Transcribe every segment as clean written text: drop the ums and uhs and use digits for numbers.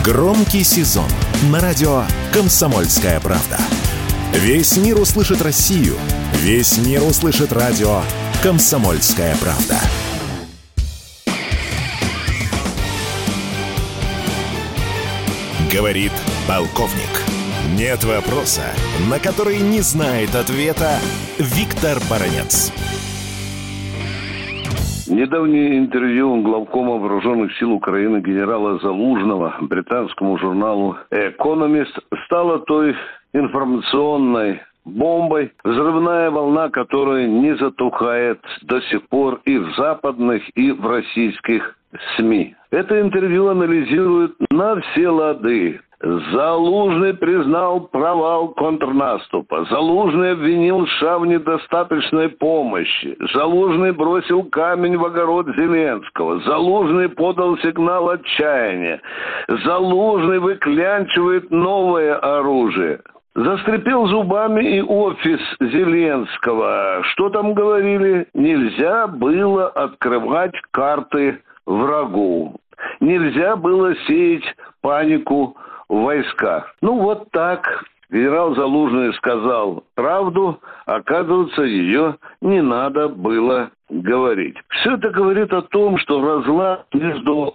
Громкий сезон на радио «Комсомольская правда». Весь мир услышит Россию. Весь мир услышит радио «Комсомольская правда». Говорит полковник. Нет вопроса, на который не знает ответа Виктор Баранец. Недавнее интервью главкома Вооруженных сил Украины генерала Залужного британскому журналу «Экономист» стало той информационной бомбой, взрывная волна, которая не затухает до сих пор и в западных, и в российских СМИ. Это интервью анализирует на все лады. Залужный признал провал контрнаступа. Залужный обвинил США в недостаточной помощи. Залужный бросил камень в огород Зеленского. Залужный подал сигнал отчаяния. Залужный выклянчивает новое оружие. Заскрипел зубами и офис Зеленского. Что там говорили? Нельзя было открывать карты врагу. Нельзя было сеять панику в войсках. Ну, вот так генерал Залужный сказал правду, оказывается, ее не надо было говорить. Все это говорит о том, что разлад между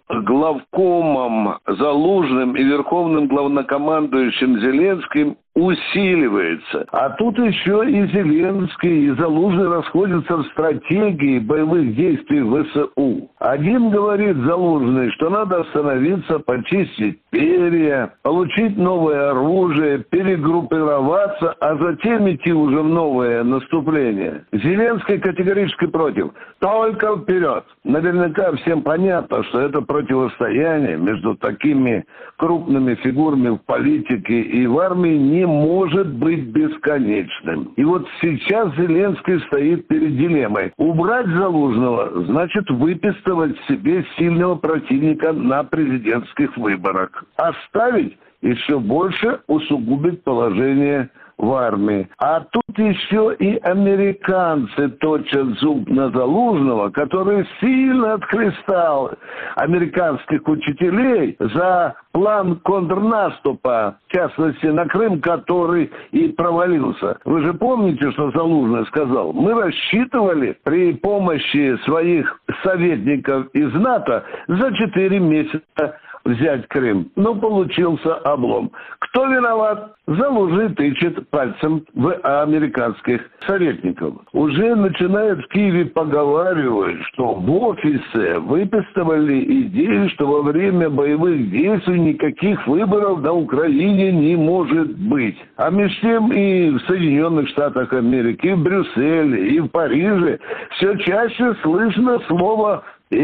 главкомом Залужным и верховным главнокомандующим Зеленским усиливается. А тут еще и Зеленский, и Залужный расходятся в стратегии боевых действий ВСУ. Один говорит, Залужный, что надо остановиться, почистить перья, получить новое оружие, перегруппироваться, а затем идти уже в новое наступление. Зеленский категорически против. Только вперед. Наверняка всем понятно, что это противостояние между такими крупными фигурами в политике и в армии не может быть бесконечным. И вот сейчас Зеленский стоит перед дилеммой. Убрать Залужного значит выпистывать себе сильного противника на президентских выборах. Оставить еще больше усугубить положение в армии. А тут еще и американцы точат зуб на Залужного, который сильно отхлестал американских учителей за план контрнаступа, в частности на Крым, который и провалился. Вы же помните, что Залужный сказал? Мы рассчитывали при помощи своих советников из НАТО за 4 месяца взять Крым. Но получился облом. Кто виноват? Залужный тычет пальцем в американских советников. Уже начинают в Киеве поговаривать, что в офисе выписывали идею, что во время боевых действий никаких выборов на Украине не может быть. А между тем и в Соединенных Штатах Америки, и в Брюсселе, и в Париже все чаще слышно слово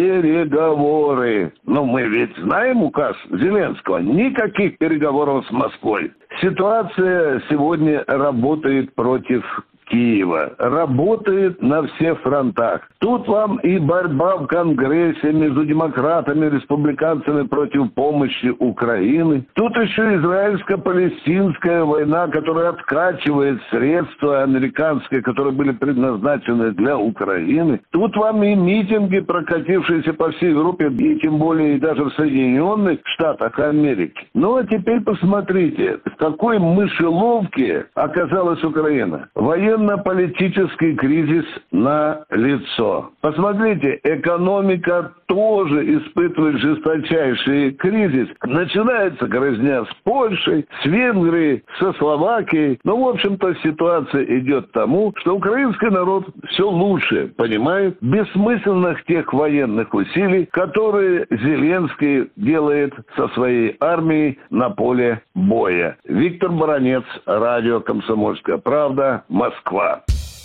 переговоры. Но мы ведь знаем указ Зеленского. Никаких переговоров с Москвой. Ситуация сегодня работает против Киева. Работает на всех фронтах. Тут вам и борьба в Конгрессе между демократами и республиканцами против помощи Украины. Тут еще израильско-палестинская война, которая откачивает средства американские, которые были предназначены для Украины. Тут вам и митинги, прокатившиеся по всей Европе, и тем более и даже в Соединенных Штатах Америки. Ну а теперь посмотрите, в какой мышеловке оказалась Украина. Военно-политический кризис на лицо. Посмотрите, экономика тоже испытывает жесточайший кризис. Начинается грызня с Польшей, с Венгрией, со Словакией. Но, в общем-то, ситуация идет к тому, что украинский народ все лучше понимает бессмысленных тех военных усилий, которые Зеленский делает со своей армией на поле боя. Виктор Баранец, радио «Комсомольская правда», Москва.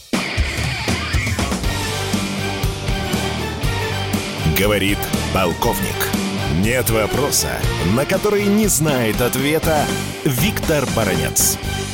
Говорит полковник. Нет вопроса, на который не знает ответа Виктор Баранец.